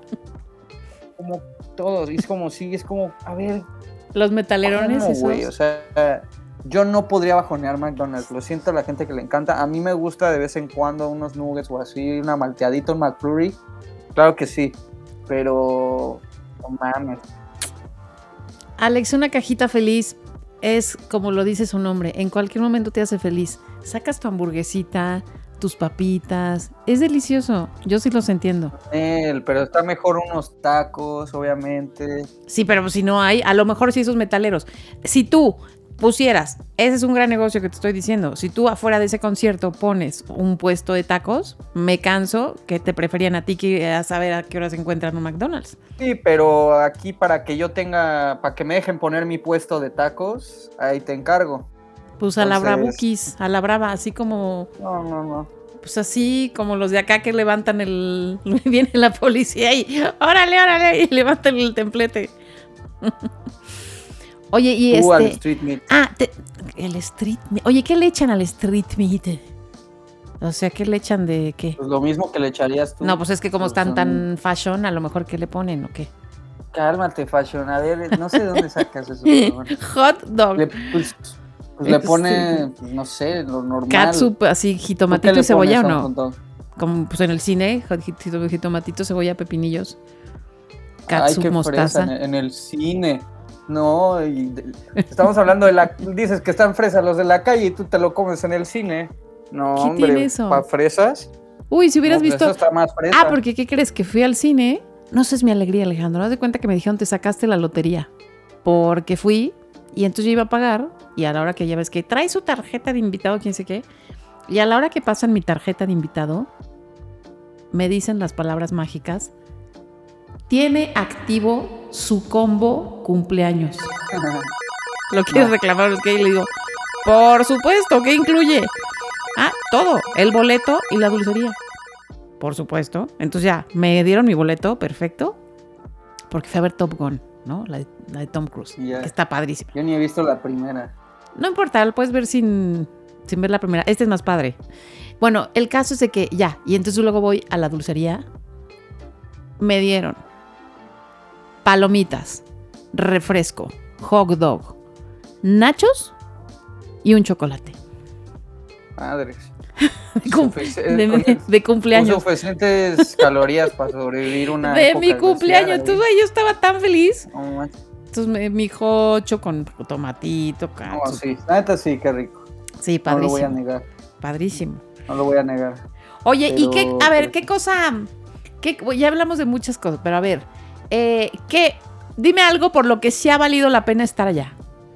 todos, y es como, a ver. Los metalerones, esos. Güey, o sea, yo no podría bajonear McDonald's. Lo siento a la gente que le encanta. A mí me gusta de vez en cuando unos nuggets o así, una malteadita, un McFlurry. Claro que sí, pero no mames. Alex, una cajita feliz es como lo dice su nombre, en cualquier momento te hace feliz. Sacas tu hamburguesita, tus papitas, es delicioso, yo sí los entiendo. Pero está mejor unos tacos, obviamente. Sí, pero si no hay, a lo mejor sí esos metaleros. Si tú pusieras, ese es un gran negocio que te estoy diciendo, si tú afuera de ese concierto pones un puesto de tacos, me canso que te preferían a ti que a saber a qué hora se encuentran un McDonald's. Sí, pero aquí para que me dejen poner mi puesto de tacos, ahí te encargo. Pues a la bravuquis, a la brava, así como... No. Pues así como los de acá que levantan viene la policía y órale, y levantan el templete. Oye, y al street meat. El street meat. Oye, ¿qué le echan al street meat? O sea, ¿qué le echan de qué? Pues lo mismo que le echarías tú. No, pues es que como están tan fashion, a lo mejor ¿qué le ponen o qué? Cálmate, fashion. A ver, no sé de dónde sacas eso. Bueno. Hot dog. Le pone, no sé, lo normal. Catsup, así, jitomatito y cebolla, ¿o no? Como pues en el cine, jitomatito, cebolla, pepinillos. Catsup, mostaza. En el cine. No, estamos hablando dices que están fresas los de la calle y tú te lo comes en el cine. No, ¿qué hombre, tiene eso? ¿Para fresas? Uy, si hubieras visto... Eso está más fresa. Porque ¿qué crees? Que fui al cine. No sé, es mi alegría, Alejandro. Haz de cuenta que me dijeron, te sacaste la lotería. Porque fui y entonces yo iba a pagar y a la hora que ya ves que trae su tarjeta de invitado, quién sé qué, y a la hora que pasan mi tarjeta de invitado, me dicen las palabras mágicas: tiene activo su combo cumpleaños. ¿Lo quieres reclamar? Y le digo, por supuesto, ¿qué incluye? Todo, el boleto y la dulcería. Por supuesto. Entonces ya, me dieron mi boleto, perfecto, porque fui a ver Top Gun, ¿no? La de Tom Cruise, que está padrísima. Yo ni he visto la primera. No importa, lo puedes ver sin ver la primera. Este es más padre. Bueno, el caso es de que ya, y entonces luego voy a la dulcería. Me dieron palomitas, refresco, hot dog, nachos y un chocolate. Madres. De cumpleaños. Suficientes calorías para sobrevivir una de época mi cumpleaños. Entonces yo estaba tan feliz. Oh, entonces mi jocho con tomatito, catsup. Sí, la neta sí, qué rico. Sí, padrísimo. No lo voy a negar. Padrísimo. No lo voy a negar. Oye, pero, ¿y qué? A ver, ¿qué cosa? Ya hablamos de muchas cosas, pero a ver, dime algo por lo que sí ha valido la pena estar allá.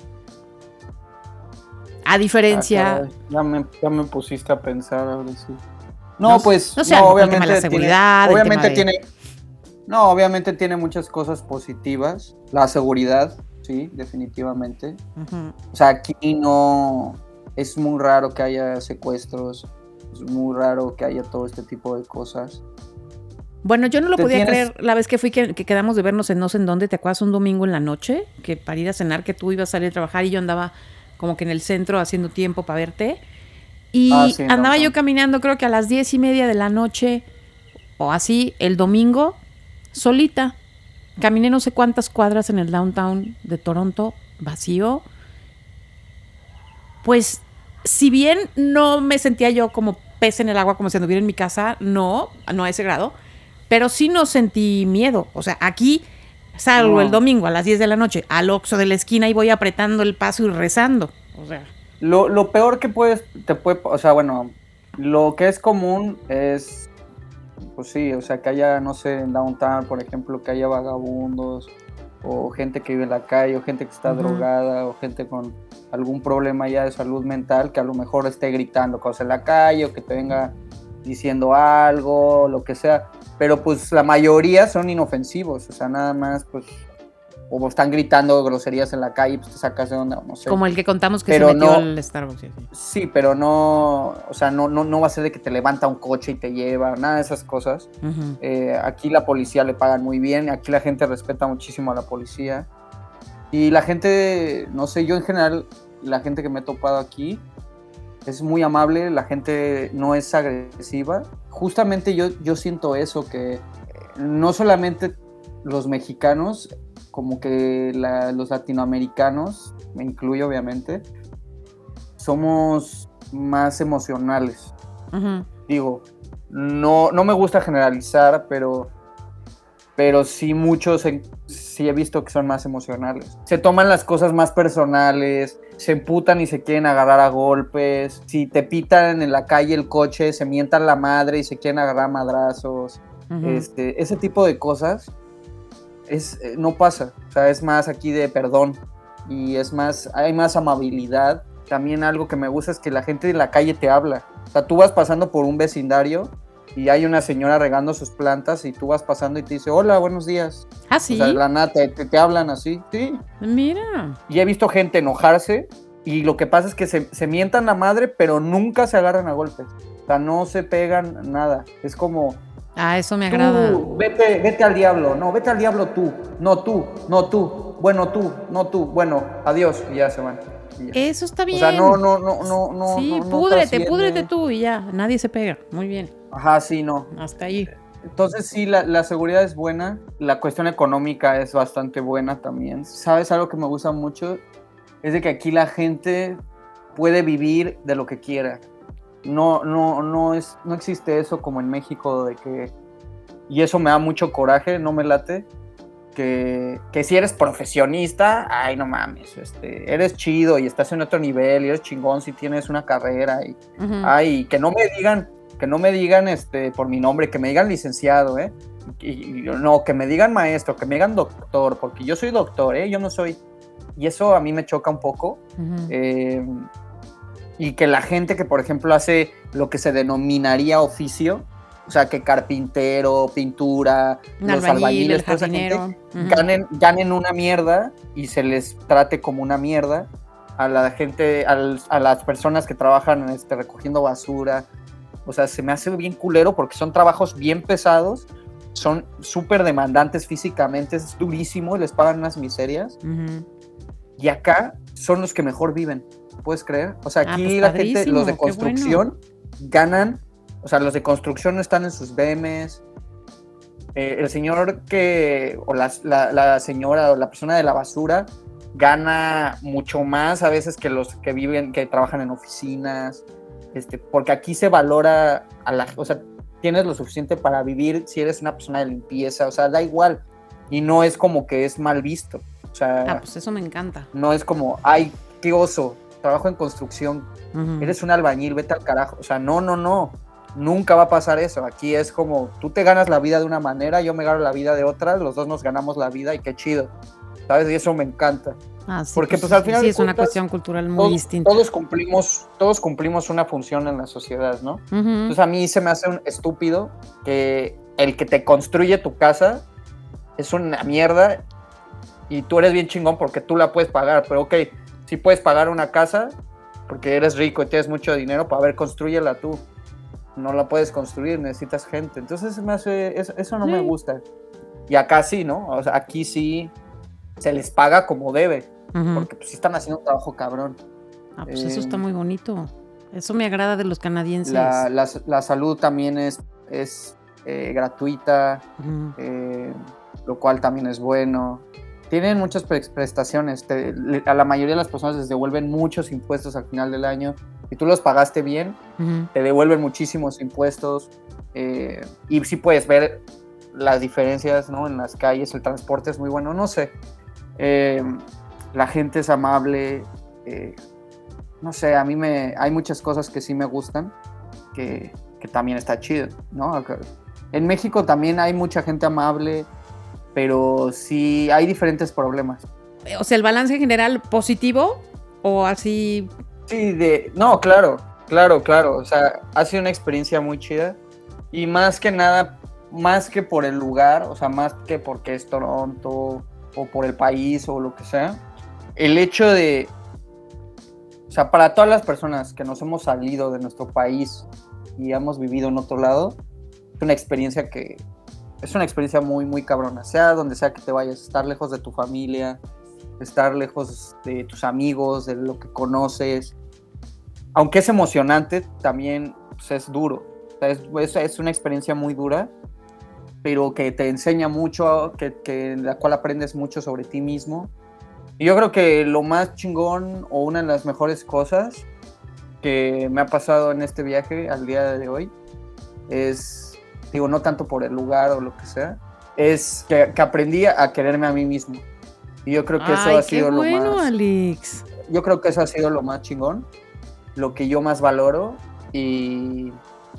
A diferencia... ya me pusiste a pensar ahora sí. No, pues, obviamente la seguridad, obviamente tiene muchas cosas positivas. La seguridad, sí, definitivamente. Uh-huh. O sea, aquí no... Es muy raro que haya secuestros, es muy raro que haya todo este tipo de cosas. Bueno, yo no lo podía creer la vez que fui, que quedamos de vernos en no sé en dónde, ¿te acuerdas? Un domingo en la noche, que para ir a cenar, que tú ibas a salir a trabajar y yo andaba como que en el centro haciendo tiempo para verte. Y andaba yo caminando, creo que a las 10:30 de la noche o así, el domingo, solita. Caminé no sé cuántas cuadras en el downtown de Toronto, vacío, pues si bien no me sentía yo como pez en el agua, como si anduviera en mi casa, no a ese grado, pero sí no sentí miedo. O sea, aquí salgo el domingo a las 10 de la noche al Oxxo de la esquina y voy apretando el paso y rezando. O sea, Lo peor que o sea, bueno, lo que es común es, pues sí, o sea, que haya, no sé, en downtown, por ejemplo, que haya vagabundos, o gente que vive en la calle, o gente que está drogada, o gente con algún problema ya de salud mental, que a lo mejor esté gritando cosas en la calle, o que te venga diciendo algo, lo que sea, pero pues la mayoría son inofensivos, o sea, nada más, pues, o están gritando groserías en la calle, pues te sacas de onda, no sé. como el que contamos que pero se metió no, al Starbucks. Sí, pero no, o sea, no va a ser de que te levanta un coche y te lleva, nada de esas cosas. Aquí la policía le pagan muy bien, aquí la gente respeta muchísimo a la policía. Y la gente, no sé, yo en general, la gente que me he topado aquí es muy amable, la gente no es agresiva. Justamente yo siento eso, que no solamente los mexicanos, como que los latinoamericanos, me incluyo obviamente, somos más emocionales. Digo, no me gusta generalizar, pero sí muchos sí he visto que son más emocionales. Se toman las cosas más personales, se emputan y se quieren agarrar a golpes. Si te pitan en la calle el coche, se mientan la madre y se quieren agarrar a madrazos. Ese tipo de cosas no pasa. O sea, es más aquí de perdón y hay más amabilidad. También algo que me gusta es que la gente de la calle te habla. O sea, tú vas pasando por un vecindario y hay una señora regando sus plantas y tú vas pasando y te dice, hola, buenos días. ¿Ah, sí? O sea, la nata, te hablan así, sí. Mira. Y he visto gente enojarse y lo que pasa es que se mientan la madre, pero nunca se agarran a golpes. O sea, no se pegan nada. Es como... eso me agrada. Tú, vete al diablo. No, vete al diablo tú. No tú, no tú. Bueno, tú, no tú. Bueno, adiós. Y ya se van. Eso está bien. O sea, no. Sí, no púdrete tú y ya. Nadie se pega. Muy bien. Ajá, sí, no. Hasta ahí. Entonces sí, la seguridad es buena. La cuestión económica es bastante buena también. ¿Sabes algo que me gusta mucho? Es de que aquí la gente puede vivir de lo que quiera. No existe eso como en México de que... Y eso me da mucho coraje, no me late. Que si eres profesionista, ay, no mames, eres chido y estás en otro nivel y eres chingón si tienes una carrera y ay, que no me digan por mi nombre, que me digan licenciado, y no, que me digan maestro, que me digan doctor, porque yo soy doctor, yo no soy, y eso a mí me choca un poco. Y que la gente que por ejemplo hace lo que se denominaría oficio, o sea, que carpintero, pintura, los albañiles, toda esa gente, ganen una mierda y se les trate como una mierda a la gente, a las personas que trabajan recogiendo basura. O sea, se me hace bien culero porque son trabajos bien pesados, son súper demandantes físicamente, es durísimo y les pagan unas miserias. Y acá son los que mejor viven, ¿puedes creer? O sea, aquí pues la gente, los de construcción, ganan. O sea, los de construcción no están en sus BMs. El señor o la señora o la persona de la basura gana mucho más a veces que los que trabajan en oficinas. Porque aquí se valora o sea, tienes lo suficiente para vivir si eres una persona de limpieza. O sea, da igual. Y no es como que es mal visto. O sea, pues eso me encanta. No es como, ay, qué oso, trabajo en construcción. Eres un albañil, vete al carajo. O sea, no. Nunca va a pasar eso. Aquí es como, tú te ganas la vida de una manera, yo me gano la vida de otra, los dos nos ganamos la vida y qué chido, ¿sabes? Y eso me encanta. Sí, porque pues al final sí, es una cuestión cultural muy distinta. Todos cumplimos una función en la sociedad, ¿no? Entonces a mí se me hace un estúpido que el que te construye tu casa es una mierda y tú eres bien chingón porque tú la puedes pagar, pero ok, sí puedes pagar una casa porque eres rico y tienes mucho dinero, para ver, constrúyela tú. No la puedes construir, necesitas gente. Entonces eso no me gusta. Y acá sí, ¿no? O sea, aquí sí se les paga como debe, porque pues sí están haciendo un trabajo cabrón. Pues eso está muy bonito. Eso me agrada de los canadienses. La salud también es gratuita, lo cual también es bueno. tienen muchas prestaciones. A la mayoría de las personas les devuelven muchos impuestos al final del año. Si tú los pagaste bien, te devuelven muchísimos impuestos. Y sí puedes ver las diferencias, ¿no? En las calles, el transporte es muy bueno, no sé. La gente es amable. No sé, hay muchas cosas que sí me gustan, que también está chido, ¿no? En México también hay mucha gente amable, pero sí hay diferentes problemas. O sea, ¿el balance en general positivo o así? Sí, no, claro. O sea, ha sido una experiencia muy chida. Y más que nada, más que por el lugar, o sea, más que porque es Toronto o por el país o lo que sea, el hecho de... O sea, para todas las personas que nos hemos salido de nuestro país y hemos vivido en otro lado, es una experiencia muy, muy cabrona. Sea donde sea que te vayas, estar lejos de tu familia, estar lejos de tus amigos, de lo que conoces. Aunque es emocionante, también pues, es duro. O sea, es una experiencia muy dura, pero que te enseña mucho, en la cual aprendes mucho sobre ti mismo. Y yo creo que lo más chingón o una de las mejores cosas que me ha pasado en este viaje al día de hoy es, digo, no tanto por el lugar o lo que sea, es que aprendí a quererme a mí mismo. Y yo creo que eso ha sido lo más... Alex. Yo creo que eso ha sido lo más chingón, lo que yo más valoro y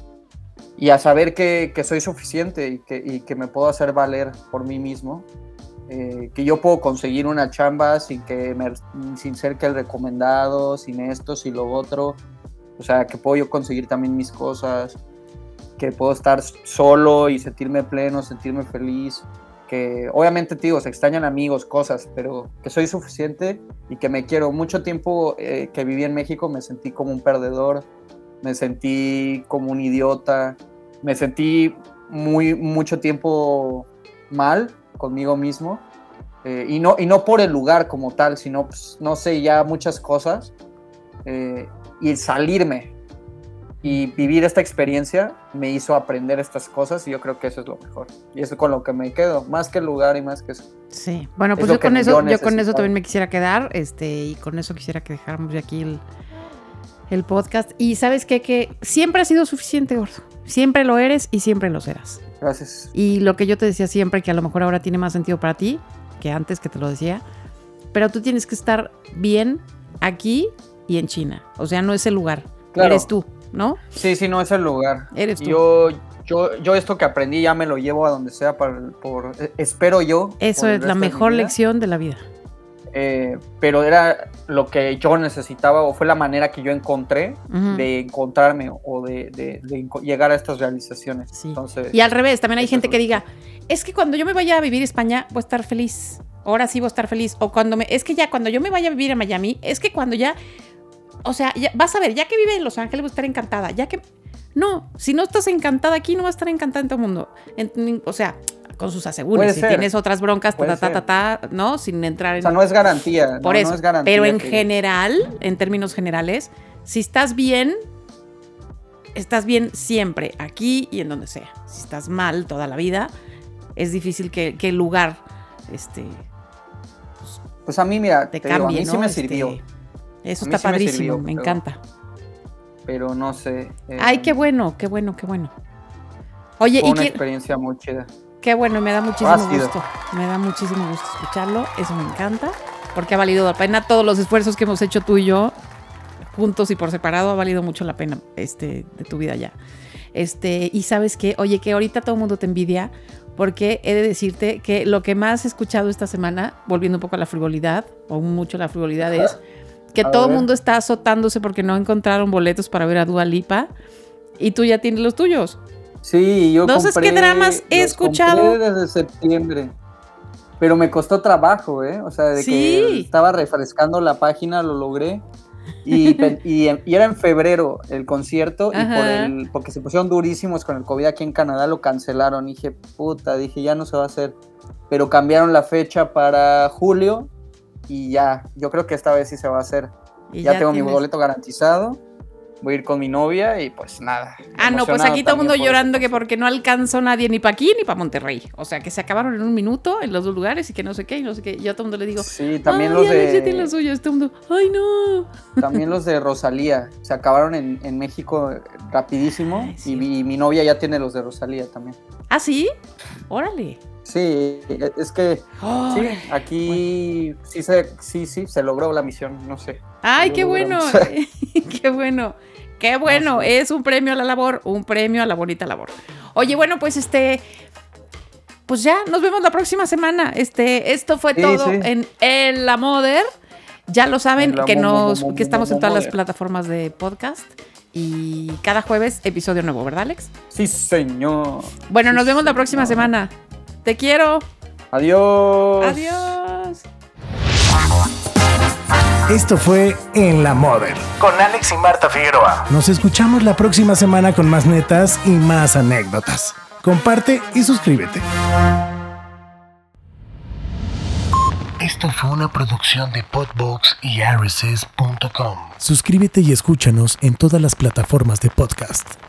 a saber que soy suficiente y que me puedo hacer valer por mí mismo. Que yo puedo conseguir una chamba sin ser que el recomendado, sin esto, sin lo otro. O sea, que puedo yo conseguir también mis cosas, que puedo estar solo y sentirme pleno, sentirme feliz. Que obviamente, te digo, se extrañan amigos, cosas, pero que soy suficiente y que me quiero. Mucho tiempo que viví en México me sentí como un perdedor, me sentí como un idiota, me sentí mucho tiempo mal conmigo mismo, y no por el lugar como tal, sino, pues, no sé, ya muchas cosas, y salirme y vivir esta experiencia me hizo aprender estas cosas y yo creo que eso es lo mejor. Y eso es con lo que me quedo, más que el lugar y más que eso. Sí, bueno, pues yo con eso también me quisiera quedar, y con eso quisiera que dejáramos de aquí el podcast. Y ¿sabes qué? Que siempre has sido suficiente, gordo. Siempre lo eres y siempre lo serás. Gracias. Y lo que yo te decía siempre, que a lo mejor ahora tiene más sentido para ti que antes que te lo decía, pero tú tienes que estar bien aquí y en China. O sea, no es el lugar, claro. Eres tú, ¿no? Sí, no es el lugar. Eres tú. Yo esto que aprendí ya me lo llevo a donde sea espero yo. Eso es la mejor lección de la vida. Pero era lo que yo necesitaba o fue la manera que yo encontré de encontrarme o de llegar a estas realizaciones. Sí. Entonces, y al revés, también hay gente que diga, es que cuando yo me vaya a vivir a España voy a estar feliz, ahora sí voy a estar feliz, o es que ya cuando yo me vaya a vivir a Miami, es que cuando ya, o sea, ya, vas a ver, ya que vive en Los Ángeles voy a estar encantada, no, si no estás encantada aquí no vas a estar encantada en todo el mundo, o sea, con sus asegúnes, si tienes otras broncas, ¿no? Sin entrar en... O sea, no es garantía. Por eso, no es garantía, pero en general, en términos generales, si estás bien siempre, aquí y en donde sea. Si estás mal toda la vida, es difícil que el lugar, pues a mí, mira, te cambie, digo, a mí ¿no? sí me sirvió. Eso está padrísimo, me encanta. Pero no sé. Ay, qué bueno. Oye, fue una experiencia muy chida. Qué bueno, me da muchísimo gusto. Me da muchísimo gusto escucharlo. Eso me encanta. Porque ha valido la pena todos los esfuerzos que hemos hecho tú y yo, juntos y por separado, ha valido mucho la pena de tu vida ya. Y ¿sabes qué? Oye, que ahorita todo el mundo te envidia, porque he de decirte que lo que más he escuchado esta semana, volviendo un poco a la frivolidad, o mucho a la frivolidad, es que todo el mundo está azotándose porque no encontraron boletos para ver a Dua Lipa, y tú ya tienes los tuyos. Sí, yo Entonces, ¿qué dramas he escuchado? Compré desde septiembre, pero me costó trabajo, O sea, que estaba refrescando la página, lo logré, y era en febrero el concierto, y porque se pusieron durísimos con el COVID aquí en Canadá, lo cancelaron, dije, ya no se va a hacer, pero cambiaron la fecha para julio, y ya, yo creo que esta vez sí se va a hacer, ya tengo mi boleto garantizado. voy a ir con mi novia y pues nada. No, pues emocionado aquí todo el mundo también por llorando eso. que porque no alcanzó nadie ni para aquí ni para Monterrey. O sea, que se acabaron en un minuto en los dos lugares y que no sé qué y no sé qué. Yo a todo el mundo le digo, Sí, también ay, los Alex ya tiene de la suya. Este mundo, ay, no. también los de Rosalía se acabaron en México rapidísimo. Ay, sí. Y mi novia ya tiene los de Rosalía también. ¿Ah, sí? Órale. Sí, es que sí, Órale. aquí sí se logró la misión, no sé. Ay, Lo qué bueno. logramos. Qué bueno. Qué bueno. No, sí. Es un premio a la labor, un premio a la bonita labor. Oye, bueno, pues pues ya, nos vemos la próxima semana. Esto fue Sí, todo sí. en La Moder. Ya lo saben, En la que estamos en todas las Moder. plataformas de podcast. Y cada jueves, episodio nuevo, ¿verdad, Alex? Sí, señor. Bueno, Sí, nos vemos la próxima señor. semana. Te quiero. Adiós. Adiós. Esto fue En la Moder con Alex y Marta Figueroa. Nos escuchamos la próxima semana con más netas y más anécdotas. Comparte y suscríbete. Esto fue una producción de Podbox y RSS.com. Suscríbete y escúchanos en todas las plataformas de podcast.